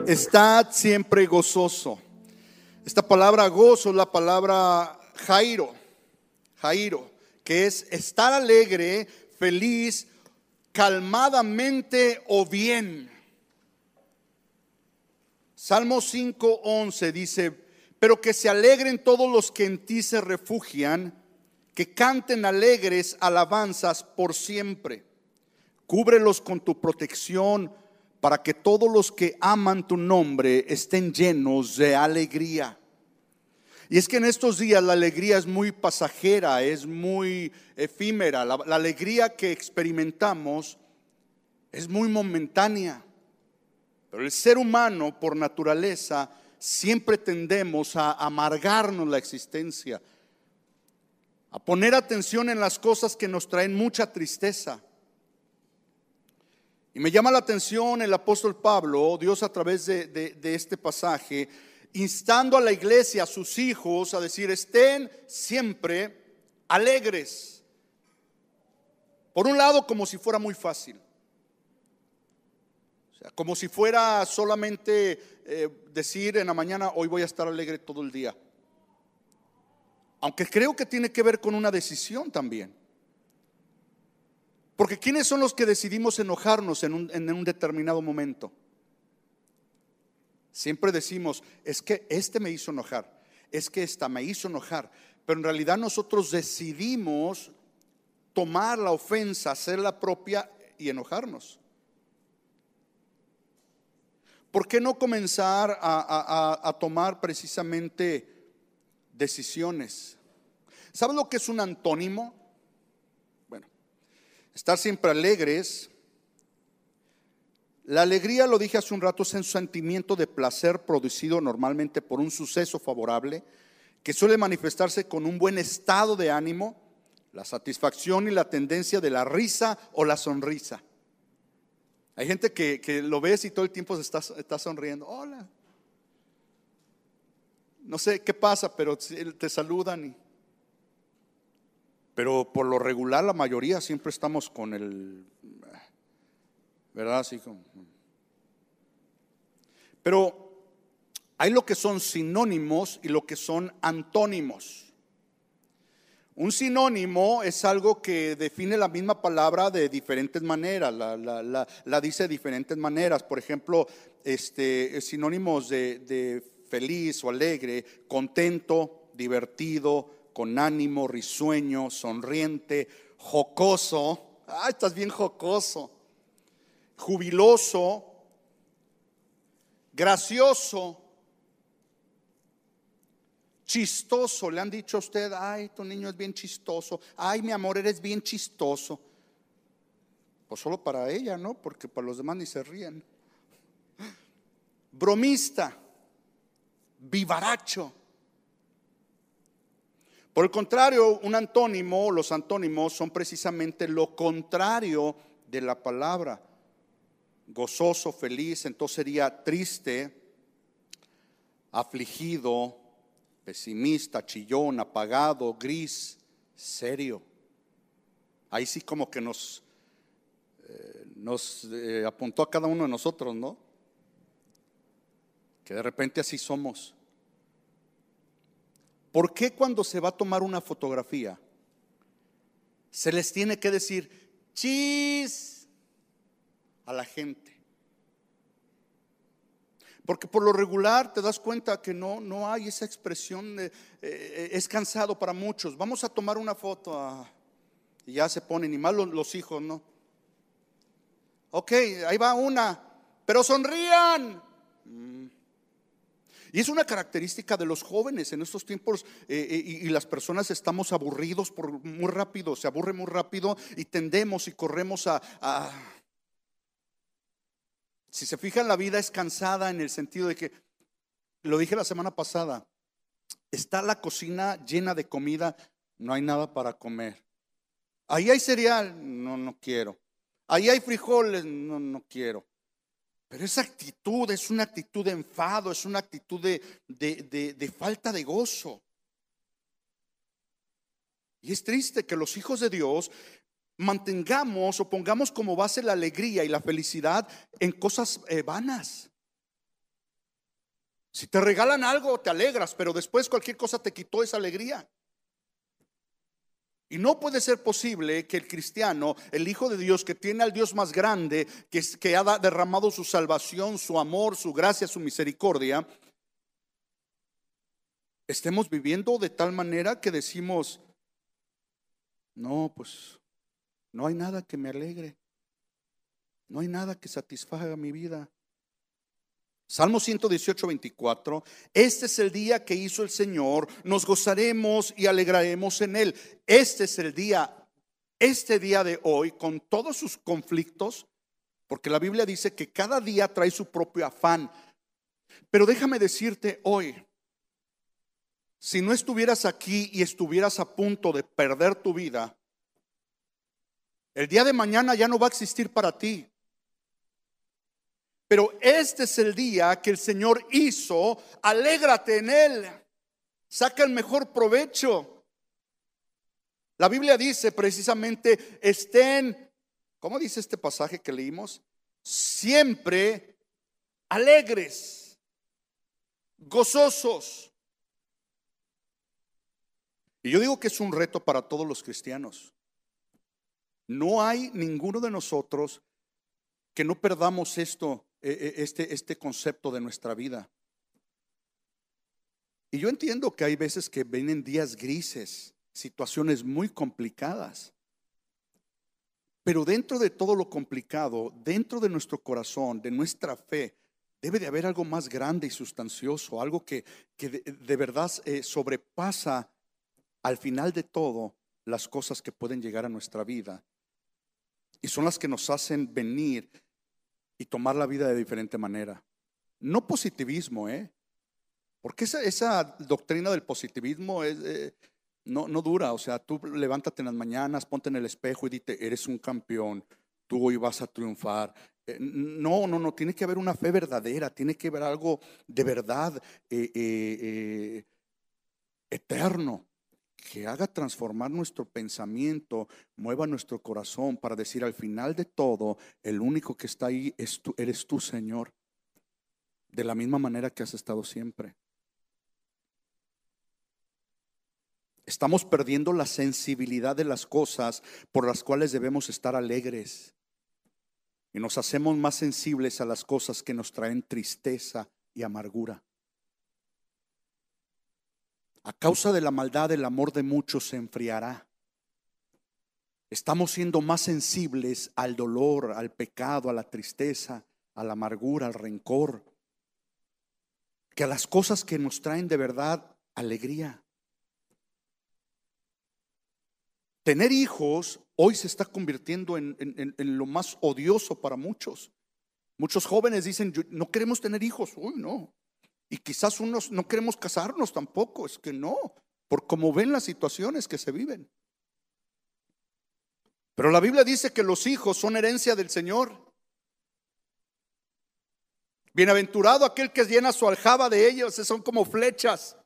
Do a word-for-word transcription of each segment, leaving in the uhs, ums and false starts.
Estad siempre gozoso. Esta palabra gozo es la palabra Jairo, Jairo, que es estar alegre, feliz, calmadamente o bien. Salmo cinco once dice: pero que se alegren todos los que en ti se refugian, que canten alegres alabanzas por siempre. Cúbrelos con tu protección, para que todos los que aman tu nombre estén llenos de alegría. Y es que en estos días la alegría es muy pasajera, es muy efímera. La, la alegría que experimentamos es muy momentánea. Pero el ser humano, por naturaleza, siempre tendemos a amargarnos la existencia, a poner atención en las cosas que nos traen mucha tristeza. Y me llama la atención el apóstol Pablo, Dios a través de, de, de este pasaje, instando a la iglesia, a sus hijos, a decir: estén siempre alegres. Por un lado, como si fuera muy fácil, o sea, como si fuera solamente eh, decir en la mañana: hoy voy a estar alegre todo el día. Aunque creo que tiene que ver con una decisión también. Porque ¿quiénes son los que decidimos enojarnos en un, en un determinado momento? Siempre decimos: es que este me hizo enojar, es que esta me hizo enojar. Pero en realidad nosotros decidimos tomar la ofensa, hacerla propia y enojarnos. ¿Por qué no comenzar a, a, a tomar precisamente decisiones? ¿Sabes lo que es un antónimo? Estar siempre alegres. La alegría, lo dije hace un rato, es un sentimiento de placer producido normalmente por un suceso favorable, que suele manifestarse con un buen estado de ánimo, la satisfacción y la tendencia de la risa o la sonrisa. Hay gente que, que lo ves y todo el tiempo se está, está sonriendo. Hola. No sé qué pasa, pero te saludan y... Pero por lo regular la mayoría siempre estamos con el, ¿verdad? Así como. Pero hay lo que son sinónimos y lo que son antónimos. Un sinónimo es algo que define la misma palabra de diferentes maneras, la, la, la, la dice de diferentes maneras. Por ejemplo, este, sinónimos de, de feliz o alegre: contento, divertido, con ánimo, risueño, sonriente, jocoso. Ah, estás bien jocoso. Jubiloso, gracioso, chistoso. ¿Le han dicho a usted: ay, tu niño es bien chistoso? Ay, mi amor, eres bien chistoso. Pues solo para ella, ¿no? Porque para los demás ni se ríen. Bromista, vivaracho. Por el contrario, un antónimo, los antónimos son precisamente lo contrario de la palabra. Gozoso, feliz, entonces sería triste, afligido, pesimista, chillón, apagado, gris, serio. Ahí sí como que nos, eh, nos eh, apuntó a cada uno de nosotros, ¿no? Que de repente así somos. ¿Por qué cuando se va a tomar una fotografía se les tiene que decir chis a la gente? Porque por lo regular te das cuenta que no, no hay esa expresión, de, eh, es cansado para muchos. Vamos a tomar una foto, ah, y ya se ponen, y más los, los hijos, ¿no? Ok, ahí va una, pero sonrían. Mm. Y es una característica de los jóvenes en estos tiempos, eh, y, y las personas estamos aburridos por muy rápido, se aburre muy rápido y tendemos y corremos a, a... Si se fijan, la vida es cansada en el sentido de que, lo dije la semana pasada, está la cocina llena de comida, no hay nada para comer. Ahí hay cereal, no, no quiero. Ahí hay frijoles, no, no quiero. Pero esa actitud es una actitud de enfado, es una actitud de, de, de, de falta de gozo. Y es triste que los hijos de Dios mantengamos o pongamos como base la alegría y la felicidad en cosas eh, vanas. Si te regalan algo, te alegras, pero después cualquier cosa te quitó esa alegría. Y no puede ser posible que el cristiano, el Hijo de Dios, que tiene al Dios más grande, que, que ha derramado su salvación, su amor, su gracia, su misericordia, estemos viviendo de tal manera que decimos: no, pues no hay nada que me alegre, no hay nada que satisfaga mi vida. Salmo ciento dieciocho, veinticuatro: este es el día que hizo el Señor, nos gozaremos y alegraremos en él. Este es el día, este día de hoy, con todos sus conflictos, porque la Biblia dice que cada día trae su propio afán. Pero déjame decirte hoy, si no estuvieras aquí y estuvieras a punto de perder tu vida, el día de mañana ya no va a existir para ti. Pero este es el día que el Señor hizo, alégrate en él, saca el mejor provecho. La Biblia dice precisamente: estén, ¿cómo dice este pasaje que leímos? Siempre alegres, gozosos. Y yo digo que es un reto para todos los cristianos. No hay ninguno de nosotros que no perdamos esto, este, este concepto de nuestra vida. Y yo entiendo que hay veces que vienen días grises, situaciones muy complicadas. Pero dentro de todo lo complicado, dentro de nuestro corazón, de nuestra fe, debe de haber algo más grande y sustancioso, algo que, que de, de verdad eh, sobrepasa al final de todo las cosas que pueden llegar a nuestra vida. Y son las que nos hacen venir y tomar la vida de diferente manera. No positivismo, ¿eh? Porque esa, esa doctrina del positivismo es, eh, no, no dura. O sea, tú levántate en las mañanas, ponte en el espejo y dite: eres un campeón, tú hoy vas a triunfar. Eh, no, no, no, tiene que haber una fe verdadera, tiene que haber algo de verdad eh, eh, eh, eterno, que haga transformar nuestro pensamiento, mueva nuestro corazón para decir al final de todo: el único que está ahí es tú, eres tú, Señor, de la misma manera que has estado siempre. Estamos perdiendo la sensibilidad de las cosas por las cuales debemos estar alegres, y nos hacemos más sensibles a las cosas que nos traen tristeza y amargura. A causa de la maldad, el amor de muchos se enfriará. Estamos siendo más sensibles al dolor, al pecado, a la tristeza, a la amargura, al rencor, que a las cosas que nos traen de verdad alegría. Tener hijos hoy se está convirtiendo en, en, en lo más odioso para muchos. Muchos jóvenes dicen: no queremos tener hijos. Uy, no. Y quizás unos no queremos casarnos tampoco. Es que no, por cómo ven las situaciones que se viven. Pero la Biblia dice que los hijos son herencia del Señor. Bienaventurado aquel que llena su aljaba de ellos, son como flechas.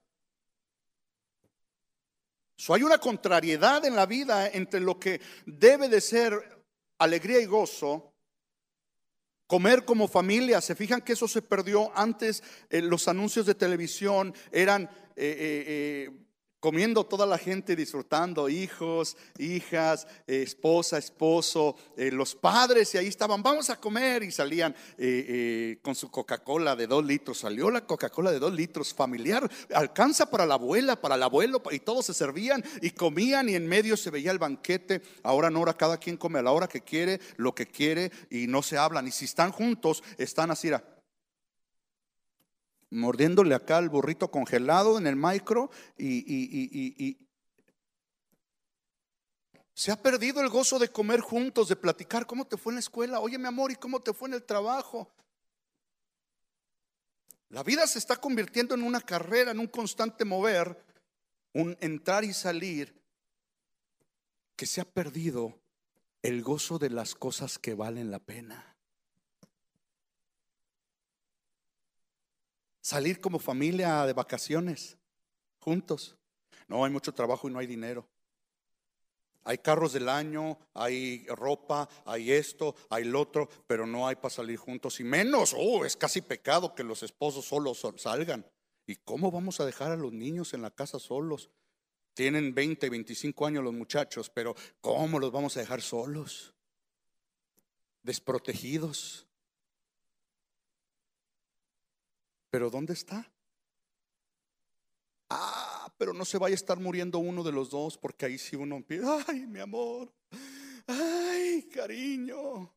So, hay una contrariedad en la vida entre lo que debe de ser alegría y gozo. Comer como familia, se fijan que eso se perdió antes. Eh, los anuncios de televisión eran eh, eh, eh, comiendo toda la gente, disfrutando, hijos, hijas, eh, esposa, esposo, eh, los padres, y ahí estaban: vamos a comer, y salían eh, eh, con su Coca-Cola de dos litros. Salió la Coca-Cola de dos litros familiar, alcanza para la abuela, para el abuelo, y todos se servían y comían, y en medio se veía el banquete. Ahora no, ahora cada quien come a la hora que quiere, lo que quiere, y no se hablan. Y si están juntos, están así, mordiéndole acá al burrito congelado en el micro, y, y, y, y, y se ha perdido el gozo de comer juntos, de platicar: ¿cómo te fue en la escuela? Oye, mi amor, ¿y cómo te fue en el trabajo? La vida se está convirtiendo en una carrera, en un constante mover, un entrar y salir, que se ha perdido el gozo de las cosas que valen la pena. Salir como familia de vacaciones juntos. No, hay mucho trabajo y no hay dinero. Hay carros del año, hay ropa, hay esto, hay lo otro, pero no hay para salir juntos. Y menos, oh, es casi pecado que los esposos solos salgan. ¿Y cómo vamos a dejar a los niños en la casa solos? Tienen veinte, veinticinco años los muchachos, pero ¿cómo los vamos a dejar solos? Desprotegidos. ¿Pero dónde está? Ah, pero no se vaya a estar muriendo uno de los dos, porque ahí sí uno empieza, ay, mi amor, ay, cariño.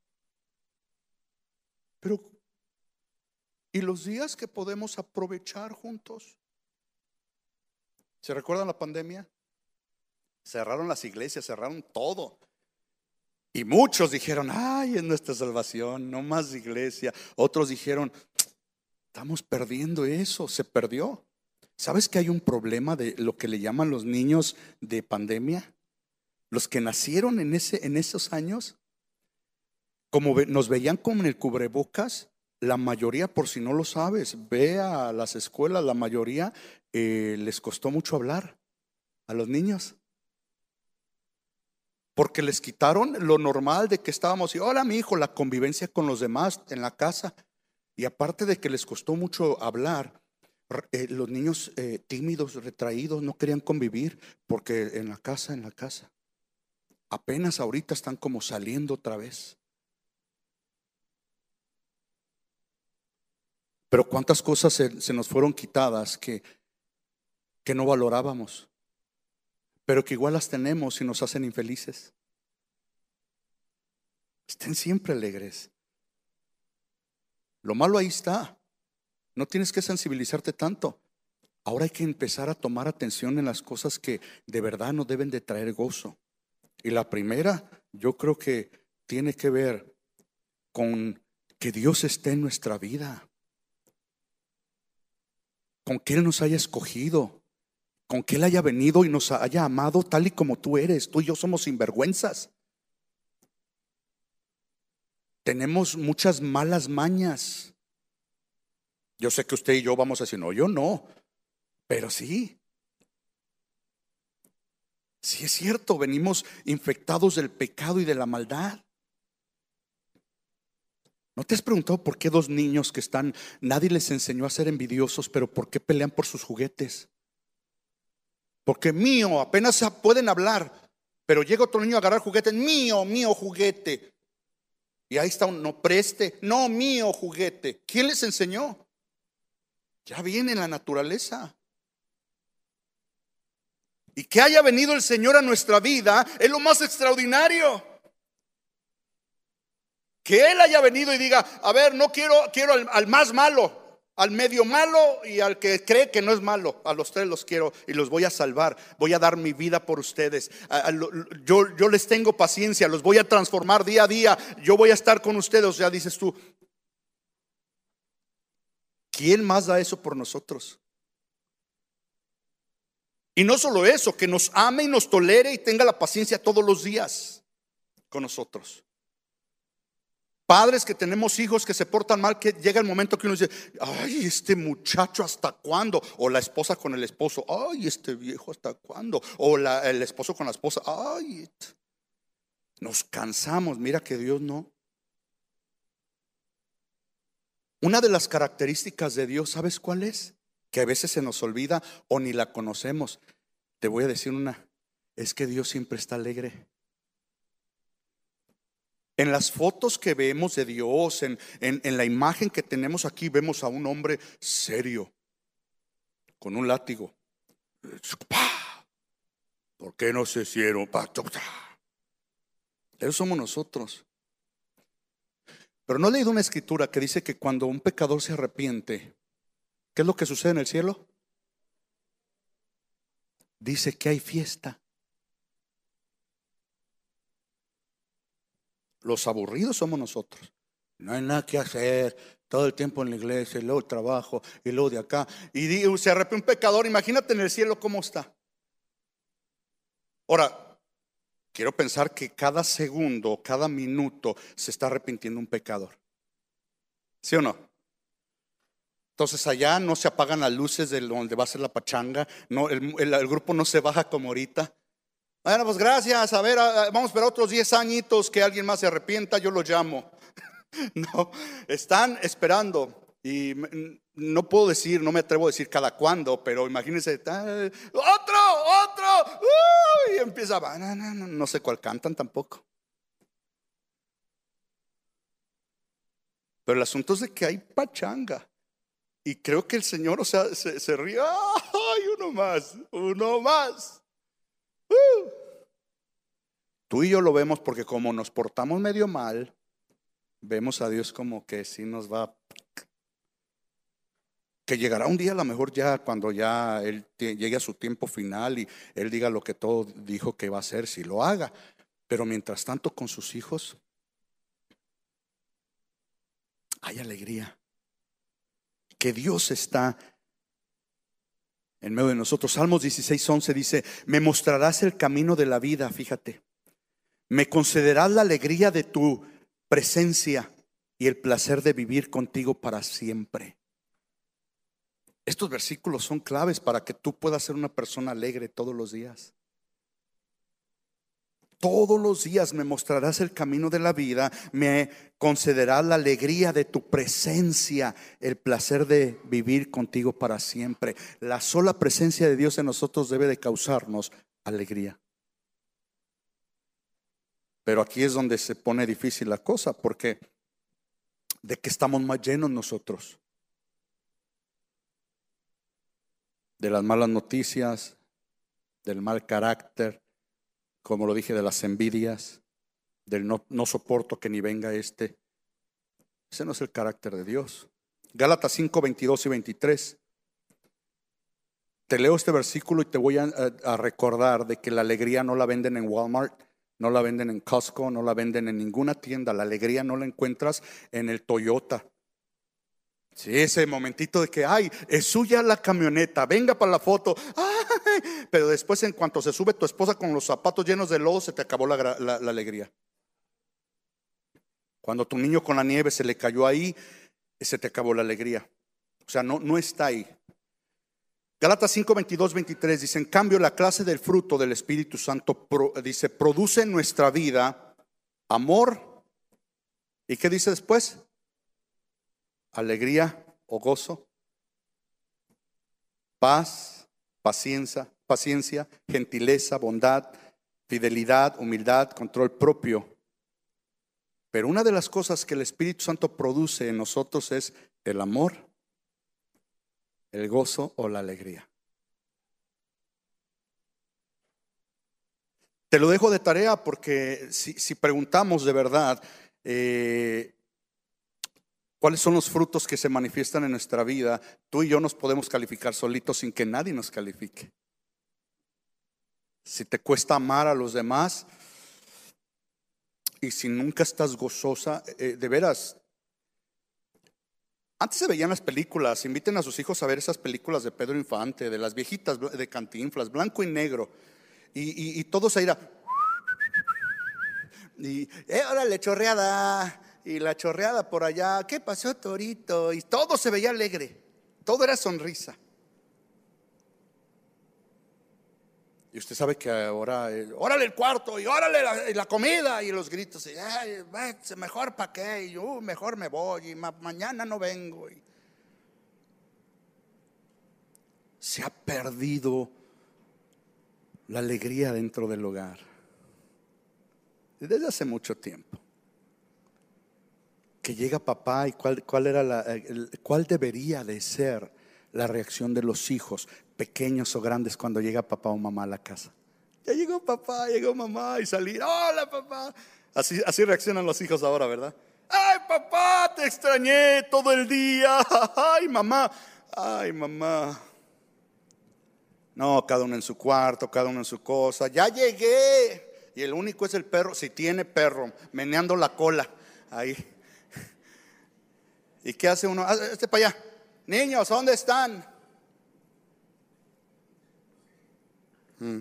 Pero, ¿y los días que podemos aprovechar juntos? ¿Se recuerdan la pandemia? Cerraron las iglesias, cerraron todo. Y muchos dijeron, ay, es nuestra salvación, no más iglesia. Otros dijeron, estamos perdiendo eso, se perdió. ¿Sabes que hay un problema de lo que le llaman los niños de pandemia? Los que nacieron en, ese, en esos años, como ve, nos veían con el cubrebocas, la mayoría, por si no lo sabes, ve a las escuelas, la mayoría eh, les costó mucho hablar a los niños. Porque les quitaron lo normal de que estábamos, y hola mi hijo, la convivencia con los demás en la casa. Y aparte de que les costó mucho hablar, eh, los niños eh, tímidos, retraídos, no querían convivir, porque en la casa, en la casa. Apenas ahorita están como saliendo otra vez. Pero cuántas cosas se, se nos fueron quitadas que, que no valorábamos, pero que igual las tenemos y nos hacen infelices. Estén siempre alegres. Lo malo ahí está. No tienes que sensibilizarte tanto. Ahora hay que empezar a tomar atención en las cosas que de verdad nos deben de traer gozo. Y la primera, yo creo que tiene que ver con que Dios esté en nuestra vida, con que Él nos haya escogido, con que Él haya venido y nos haya amado tal y como tú eres. Tú y yo somos sinvergüenzas. Tenemos muchas malas mañas. Yo sé que usted y yo vamos a decir, no, yo no, pero sí. Sí es cierto, venimos infectados del pecado y de la maldad. ¿No te has preguntado por qué dos niños que están, nadie les enseñó a ser envidiosos, pero por qué pelean por sus juguetes? Porque mío, apenas pueden hablar, pero llega otro niño a agarrar juguetes, mío, mío juguete. Y ahí está un, no preste, no, mío juguete. ¿Quién les enseñó? Ya viene en la naturaleza. Y que haya venido el Señor a nuestra vida es lo más extraordinario. Que Él haya venido y diga, a ver, no quiero, quiero al, al más malo, al medio malo y al que cree que no es malo. A los tres los quiero y los voy a salvar. Voy a dar mi vida por ustedes. a, a, yo, yo les tengo paciencia, los voy a transformar día a día. Yo voy a estar con ustedes. O sea, dices tú, ¿quién más da eso por nosotros? Y no solo eso, que nos ame y nos tolere y tenga la paciencia todos los días con nosotros. Padres que tenemos hijos que se portan mal, que llega el momento que uno dice, ay, este muchacho hasta cuándo. O la esposa con el esposo, ay, este viejo hasta cuándo. O la, el esposo con la esposa, ay. Nos cansamos, mira que Dios no. Una de las características de Dios, ¿sabes cuál es? Que a veces se nos olvida o ni la conocemos. Te voy a decir una, es que Dios siempre está alegre. En las fotos que vemos de Dios, en, en, en la imagen que tenemos aquí, vemos a un hombre serio, con un látigo. ¿Por qué no se hicieron? Eso somos nosotros. Pero no he leído una escritura que dice que cuando un pecador se arrepiente, ¿qué es lo que sucede en el cielo? Dice que hay fiesta. Los aburridos somos nosotros. No hay nada que hacer, todo el tiempo en la iglesia, y luego el trabajo, y luego de acá. Y se arrepiente un pecador, imagínate en el cielo cómo está. Ahora, quiero pensar que cada segundo, cada minuto se está arrepintiendo un pecador. ¿Sí o no? Entonces allá no se apagan las luces de donde va a ser la pachanga, no, el, el, el grupo no se baja como ahorita. Bueno, pues gracias, a ver, a- vamos a esperar otros diez añitos que alguien más se arrepienta, yo lo llamo. No, están esperando y me- no puedo decir, no me atrevo a decir cada cuándo, pero imagínense, "Ah, otro, otro, uh", y empieza, no, no, no, no sé cuál cantan tampoco. Pero el asunto es de que hay pachanga. Y creo que el Señor, o sea, se, se ríe. ¡Ay, uno más! ¡Uno más! ¡Uh! Tú y yo lo vemos porque como nos portamos medio mal, vemos a Dios como que sí nos va, que llegará un día a lo mejor ya cuando ya Él te- llegue a su tiempo final y Él diga lo que todo dijo que va a hacer, si lo haga. Pero mientras tanto con sus hijos hay alegría. Que Dios está en medio de nosotros. Salmos dieciséis once dice: me mostrarás el camino de la vida, fíjate. Me concederás la alegría de tu presencia y el placer de vivir contigo para siempre. Estos versículos son claves para que tú puedas ser una persona alegre todos los días. Todos los días me mostrarás el camino de la vida, me concederás la alegría de tu presencia, el placer de vivir contigo para siempre. La sola presencia de Dios en nosotros debe de causarnos alegría. Pero aquí es donde se pone difícil la cosa, porque ¿de qué estamos más llenos nosotros? De las malas noticias, del mal carácter, como lo dije, de las envidias, del no, no soporto que ni venga este. Ese no es el carácter de Dios. Gálatas cinco, veintidós y veintitrés. Te leo este versículo y te voy a, a, a recordar de que la alegría no la venden en Walmart, no la venden en Costco, no la venden en ninguna tienda. La alegría no la encuentras en el Toyota. Sí, ese momentito de que, ay, es suya la camioneta, venga para la foto. Ay, pero después en cuanto se sube tu esposa con los zapatos llenos de lodo, se te acabó la, la, la alegría. Cuando tu niño con la nieve se le cayó ahí, se te acabó la alegría. O sea, no, no está ahí. Gálatas cinco, veintidós, veintitrés dice: en cambio la clase del fruto del Espíritu Santo pro, dice, produce en nuestra vida amor. ¿Y qué dice después? Alegría o gozo, paz, paciencia, paciencia, gentileza, bondad, fidelidad, humildad, control propio. Pero una de las cosas que el Espíritu Santo produce en nosotros es el amor, el gozo o la alegría. Te lo dejo de tarea porque si, si preguntamos de verdad eh, cuáles son los frutos que se manifiestan en nuestra vida, tú y yo nos podemos calificar solitos sin que nadie nos califique. Si te cuesta amar a los demás y si nunca estás gozosa, eh, de veras. Antes se veían las películas, inviten a sus hijos a ver esas películas de Pedro Infante, de las viejitas de Cantinflas, blanco y negro. Y, y, y todos a ir a, y, eh, órale, chorreada. Y la chorreada por allá, ¿qué pasó, Torito? Y todo se veía alegre, todo era sonrisa. Y usted sabe que ahora, eh, órale el cuarto, y órale la, la comida, y los gritos, y, ay, mejor para qué, y yo, uh, mejor me voy, y ma mañana no vengo. Y se ha perdido la alegría dentro del hogar desde hace mucho tiempo. Que llega papá y cuál, cuál era la, el, cuál debería de ser la reacción de los hijos, pequeños o grandes, cuando llega papá o mamá a la casa. Ya llegó papá, llegó mamá, y salir, hola papá. Así, así reaccionan los hijos ahora, ¿verdad? Ay papá, te extrañé todo el día. Ay mamá, ay mamá. No, cada uno en su cuarto, cada uno en su cosa. Ya llegué. Y el único es el perro, si tiene perro, meneando la cola ahí. ¿Y qué hace uno? Este para allá. Niños, ¿dónde están? Mm.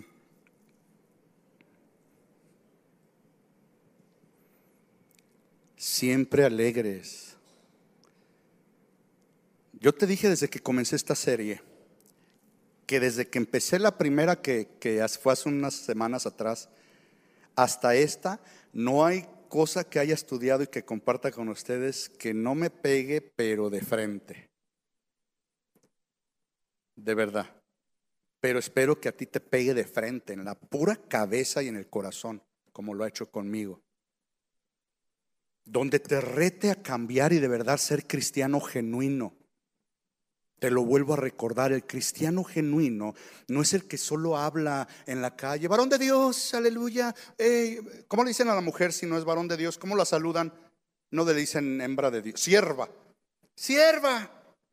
Siempre alegres. Yo te dije desde que comencé esta serie que desde que empecé la primera, que, que fue hace unas semanas atrás, hasta esta, no hay cosa que haya estudiado y que comparta con ustedes que no me pegue, pero de frente. De verdad. Pero espero que a ti te pegue de frente, en la pura cabeza y en el corazón, como lo ha hecho conmigo. Donde te rete a cambiar y de verdad ser cristiano genuino. Te lo vuelvo a recordar, el cristiano genuino no es el que solo habla en la calle, varón de Dios, aleluya. Eh, ¿Cómo le dicen a la mujer si no es varón de Dios? ¿Cómo la saludan? No le dicen hembra de Dios, sierva, sierva.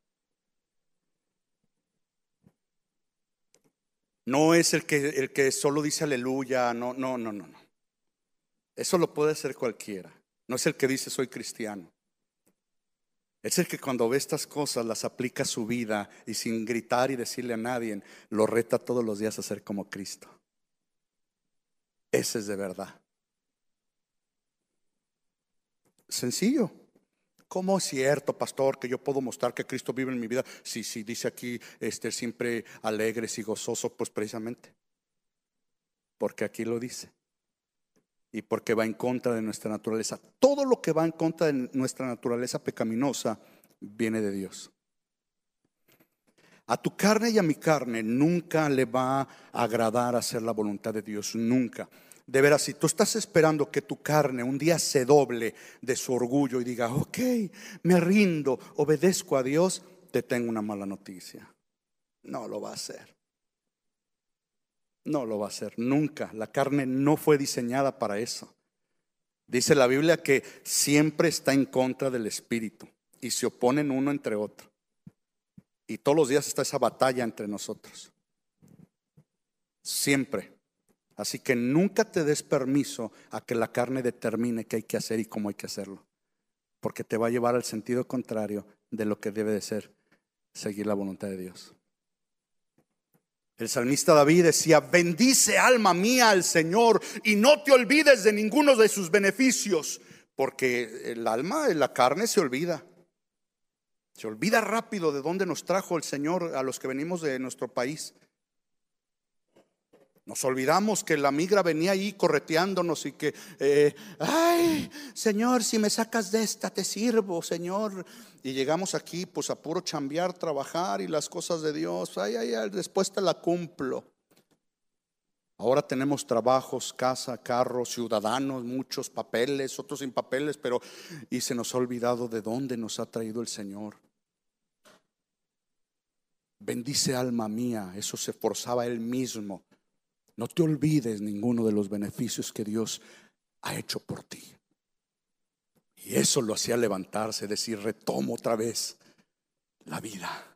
No es el que, el que solo dice aleluya, no, no, no, no, no. Eso lo puede hacer cualquiera. No es el que dice soy cristiano. Es el que cuando ve estas cosas las aplica a su vida y sin gritar y decirle a nadie, lo reta todos los días a ser como Cristo. Ese es de verdad. Sencillo. ¿Cómo es cierto, pastor, que yo puedo mostrar que Cristo vive en mi vida? Sí, sí, dice aquí este, siempre alegres y gozosos, pues precisamente porque aquí lo dice. Y porque va en contra de nuestra naturaleza. Todo lo que va en contra de nuestra naturaleza pecaminosa viene de Dios. A tu carne y a mi carne nunca le va a agradar hacer la voluntad de Dios, nunca. De veras, si tú estás esperando que tu carne un día se doble de su orgullo y diga, ok, me rindo, obedezco a Dios, te tengo una mala noticia. No lo va a hacer. No lo va a hacer nunca. La carne no fue diseñada para eso. Dice la Biblia que siempre está en contra del espíritu y se oponen uno entre otro. Y todos los días está esa batalla entre nosotros. Siempre. Así que nunca te des permiso a que la carne determine qué hay que hacer y cómo hay que hacerlo, porque te va a llevar al sentido contrario de lo que debe de ser seguir la voluntad de Dios. El salmista David decía, bendice alma mía al Señor y no te olvides de ninguno de sus beneficios, porque el alma, la carne se olvida. Se olvida rápido de dónde nos trajo el Señor a los que venimos de nuestro país. Nos olvidamos que la migra venía ahí correteándonos y que, eh, ay, Señor, si me sacas de esta te sirvo, Señor. Y llegamos aquí pues a puro chambear, trabajar y las cosas de Dios, ay, ay, ay, después te la cumplo. Ahora tenemos trabajos, casa, carro, ciudadanos, muchos papeles, otros sin papeles, pero y se nos ha olvidado de dónde nos ha traído el Señor. Bendice alma mía, eso se forzaba él mismo. No te olvides ninguno de los beneficios que Dios ha hecho por ti. Y eso lo hacía levantarse, decir, retomo otra vez la vida.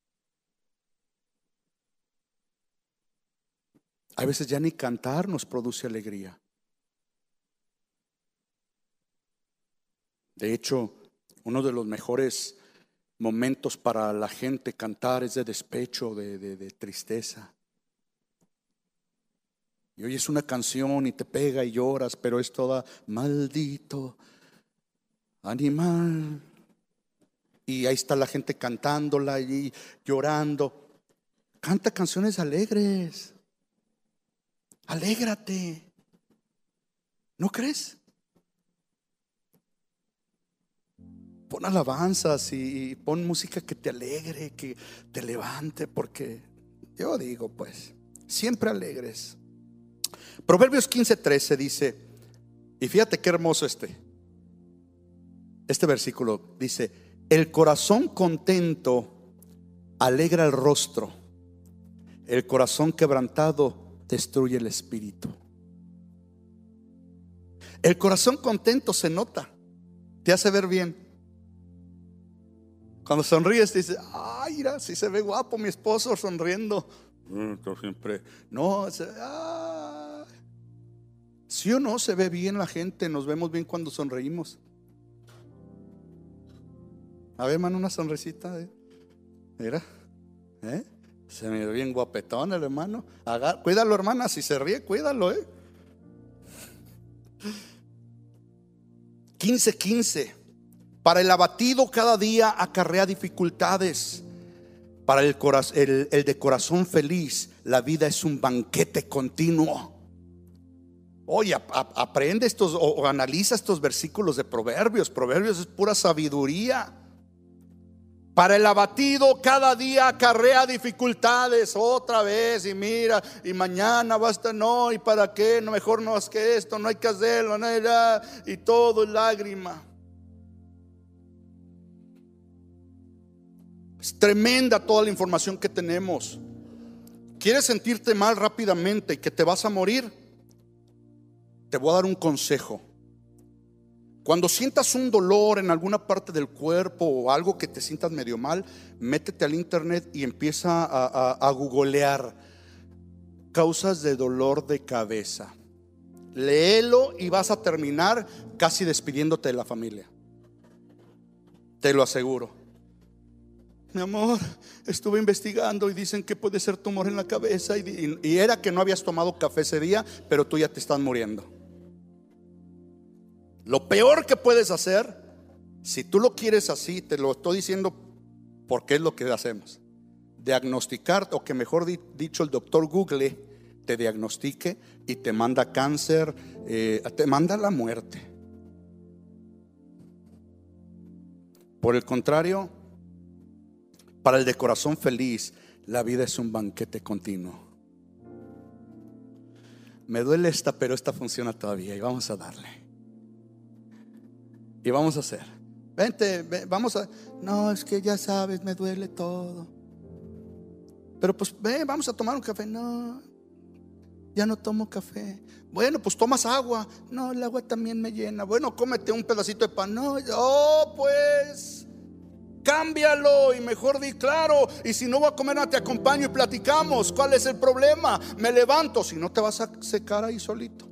A veces ya ni cantar nos produce alegría. De hecho, uno de los mejores momentos para la gente cantar es de despecho, de, de, de tristeza. Y oyes una canción y te pega y lloras, pero es toda maldito animal. Y ahí está la gente cantándola y llorando. Canta canciones alegres. Alégrate. ¿No crees? Pon alabanzas y pon música que te alegre, que te levante, porque yo digo pues, siempre alegres. Proverbios quince trece dice, y fíjate qué hermoso este Este versículo dice, el corazón contento alegra el rostro, el corazón quebrantado destruye el espíritu. El corazón contento se nota, te hace ver bien. Cuando sonríes dices, ay, mira, si se ve guapo mi esposo sonriendo. Siempre, no, se, ah. ¿Sí o no se ve bien la gente? Nos vemos bien cuando sonreímos. A ver, hermano, una sonrisita. ¿eh? Mira, ¿eh? Se me ve bien guapetón el hermano. Haga, cuídalo, hermana, si se ríe, cuídalo, ¿eh? quince quince. Para el abatido cada día acarrea dificultades. Para el, coraz- el, el de corazón feliz, la vida es un banquete continuo. Oye, ap- ap- aprende estos o, o analiza estos versículos de Proverbios. Proverbios es pura sabiduría. Para el abatido cada día acarrea dificultades otra vez, y mira, y mañana basta, no, y para qué, no, mejor no es que esto, no hay que hacerlo, no, ya, y todo es lágrima. Es tremenda toda la información que tenemos. ¿Quieres sentirte mal rápidamente y que te vas a morir? Te voy a dar un consejo. Cuando sientas un dolor en alguna parte del cuerpo o algo que te sientas medio mal, métete al internet y empieza a, a, a googlear causas de dolor de cabeza. Léelo y vas a terminar casi despidiéndote de la familia. Te lo aseguro. Mi amor, estuve investigando y dicen que puede ser tumor en la cabeza, y, y, y era que no habías tomado café ese día, pero tú ya te estás muriendo. Lo peor que puedes hacer, si tú lo quieres así, te lo estoy diciendo porque es lo que hacemos, diagnosticar, o que mejor dicho el doctor Google te diagnostique y te manda cáncer, eh, te manda la muerte. Por el contrario, para el de corazón feliz, la vida es un banquete continuo. Me duele esta, pero esta funciona todavía y vamos a darle. Y vamos a hacer. Vente, ven, vamos a. No, es que ya sabes, me duele todo. Pero pues ven, vamos a tomar un café. No, ya no tomo café. Bueno, pues tomas agua. No, el agua también me llena. Bueno, cómete un pedacito de pan. No, oh, pues cámbialo y mejor di, claro. Y si no voy a comer nada, te acompaño y platicamos. ¿Cuál es el problema? Me levanto. Si no, te vas a secar ahí solito.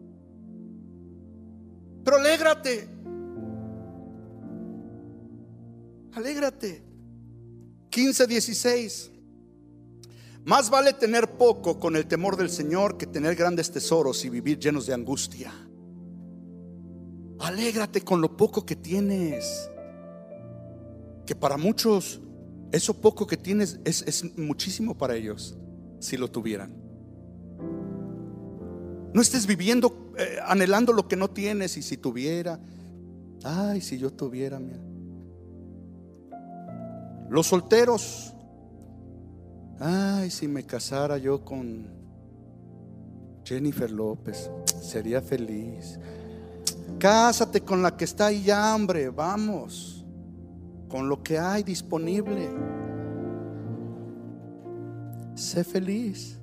Pero alégrate. Alégrate. quince dieciséis. Más vale tener poco con el temor del Señor que tener grandes tesoros y vivir llenos de angustia. Alégrate con lo poco que tienes, que para muchos eso poco que tienes es, es muchísimo para ellos, si lo tuvieran. No estés viviendo eh, anhelando lo que no tienes. Y si tuviera, ay, si yo tuviera, mira. Los solteros, ay, si me casara yo con Jennifer López, sería feliz. Cásate con la que está ahí ya, hombre, vamos, con lo que hay disponible. Sé feliz.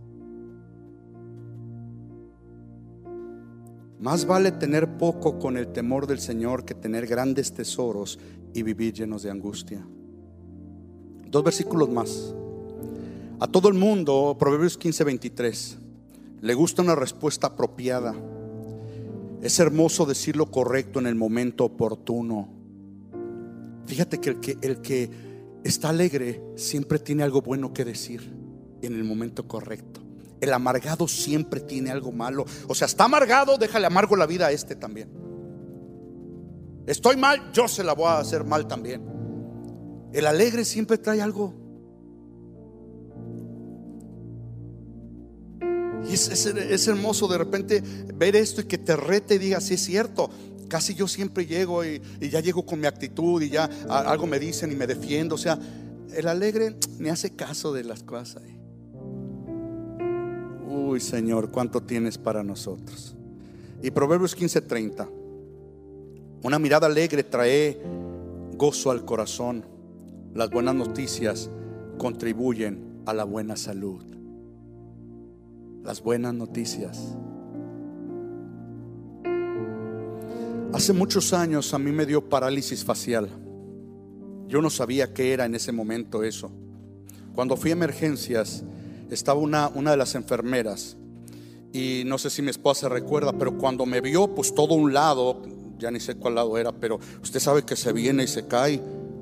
Más vale tener poco con el temor del Señor que tener grandes tesoros y vivir llenos de angustia. Dos versículos más. A todo el mundo, Proverbios quince veintitrés, le gusta una respuesta apropiada. Es hermoso decir lo correcto en el momento oportuno. Fíjate que el que, el que está alegre siempre tiene algo bueno que decir en el momento correcto. El amargado siempre tiene algo malo. O sea, está amargado, déjale amargo la vida a este también. Estoy mal, yo se la voy a hacer mal también. El alegre siempre trae algo. Y es, es, es hermoso de repente ver esto y que te rete y diga, sí es cierto. Casi yo siempre llego y, y ya llego con mi actitud y ya a, algo me dicen y me defiendo. O sea, el alegre me hace caso de las cosas. Uy, Señor, ¿cuánto tienes para nosotros? Y Proverbios quince treinta. Una mirada alegre trae gozo al corazón. Las buenas noticias contribuyen a la buena salud. Las buenas noticias. Hace muchos años a mí me dio parálisis facial. Yo no sabía qué era en ese momento eso. Cuando fui a emergencias, estaba una, una de las enfermeras, y no sé si mi esposa se recuerda, pero cuando me vio, pues todo un lado, ya ni sé cuál lado era, pero usted sabe que se viene y se cae.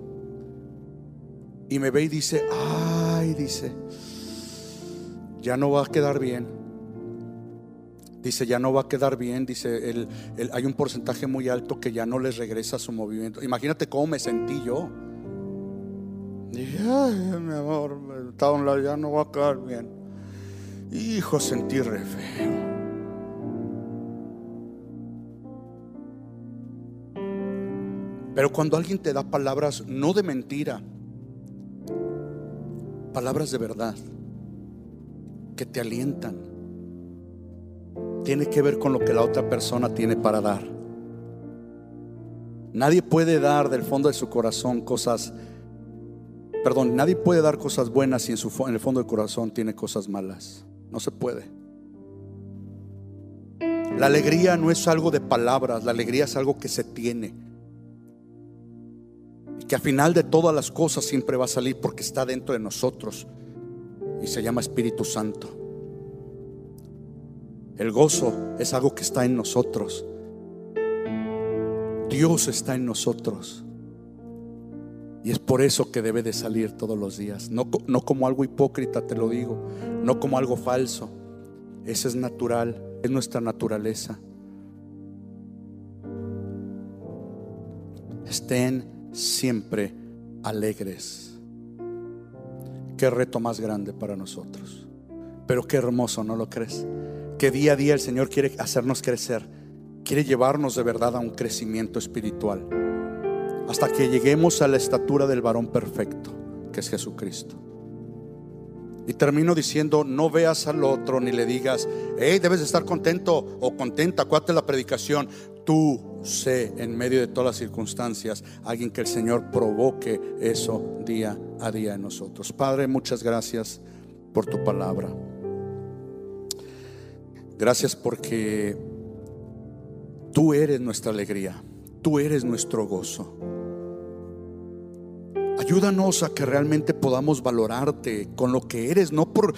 Y me ve y dice, ay, dice, ya no va a quedar bien. Dice, ya no va a quedar bien. Dice, el, el, hay un porcentaje muy alto que ya no les regresa su movimiento. Imagínate cómo me sentí yo. Dije, ay, mi amor, estaba a un lado, ya no va a quedar bien. Hijo, sentí re feo. Pero cuando alguien te da palabras no de mentira, palabras de verdad, que te alientan, tiene que ver con lo que la otra persona tiene para dar. Nadie puede dar del fondo de su corazón cosas, perdón, nadie puede dar cosas buenas si en, su, en el fondo del corazón tiene cosas malas. No se puede. La alegría no es algo de palabras, la alegría es algo que se tiene, y que al final de todas las cosas siempre va a salir porque está dentro de nosotros y se llama Espíritu Santo. El gozo es algo que está en nosotros. Dios está en nosotros, y es por eso que debe de salir todos los días. No, no como algo hipócrita, te lo digo, no como algo falso. Ese es natural, es nuestra naturaleza. Estén siempre alegres. Qué reto más grande para nosotros, pero qué hermoso, ¿no lo crees? Que día a día el Señor quiere hacernos crecer, quiere llevarnos de verdad a un crecimiento espiritual, hasta que lleguemos a la estatura del varón perfecto, que es Jesucristo. Y termino diciendo, no veas al otro ni le digas, hey, debes de estar contento o contenta, acuérdate la predicación. Tú sé, en medio de todas las circunstancias, alguien que el Señor provoque eso día a día en nosotros. Padre, muchas gracias por tu palabra. Gracias porque tú eres nuestra alegría, tú eres nuestro gozo. Ayúdanos a que realmente podamos valorarte con lo que eres, no por,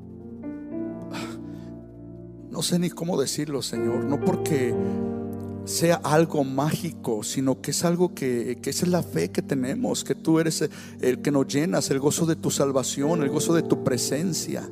no sé ni cómo decirlo, Señor, no porque sea algo mágico, sino que es algo que, que esa es la fe que tenemos, que tú eres el que nos llenas, el gozo de tu salvación, el gozo de tu presencia,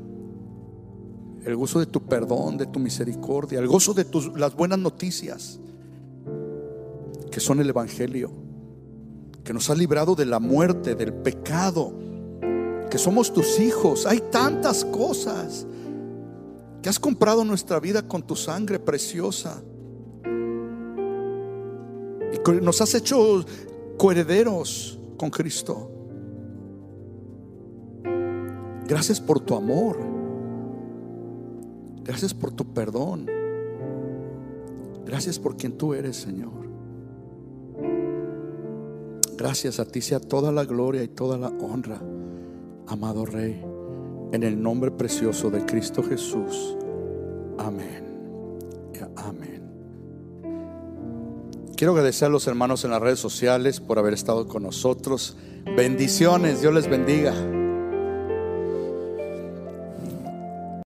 el gozo de tu perdón, de tu misericordia, el gozo de tus, las buenas noticias, que son el Evangelio, que nos ha librado de la muerte, del pecado, que somos tus hijos. Hay tantas cosas, que has comprado nuestra vida con tu sangre preciosa, y que nos has hecho coherederos con Cristo. Gracias por tu amor, gracias por tu perdón, gracias por quien tú eres, Señor. Gracias, a ti sea toda la gloria y toda la honra, amado Rey, en el nombre precioso de Cristo Jesús. Amén. Amén. Quiero agradecer a los hermanos en las redes sociales por haber estado con nosotros. Bendiciones, Dios les bendiga.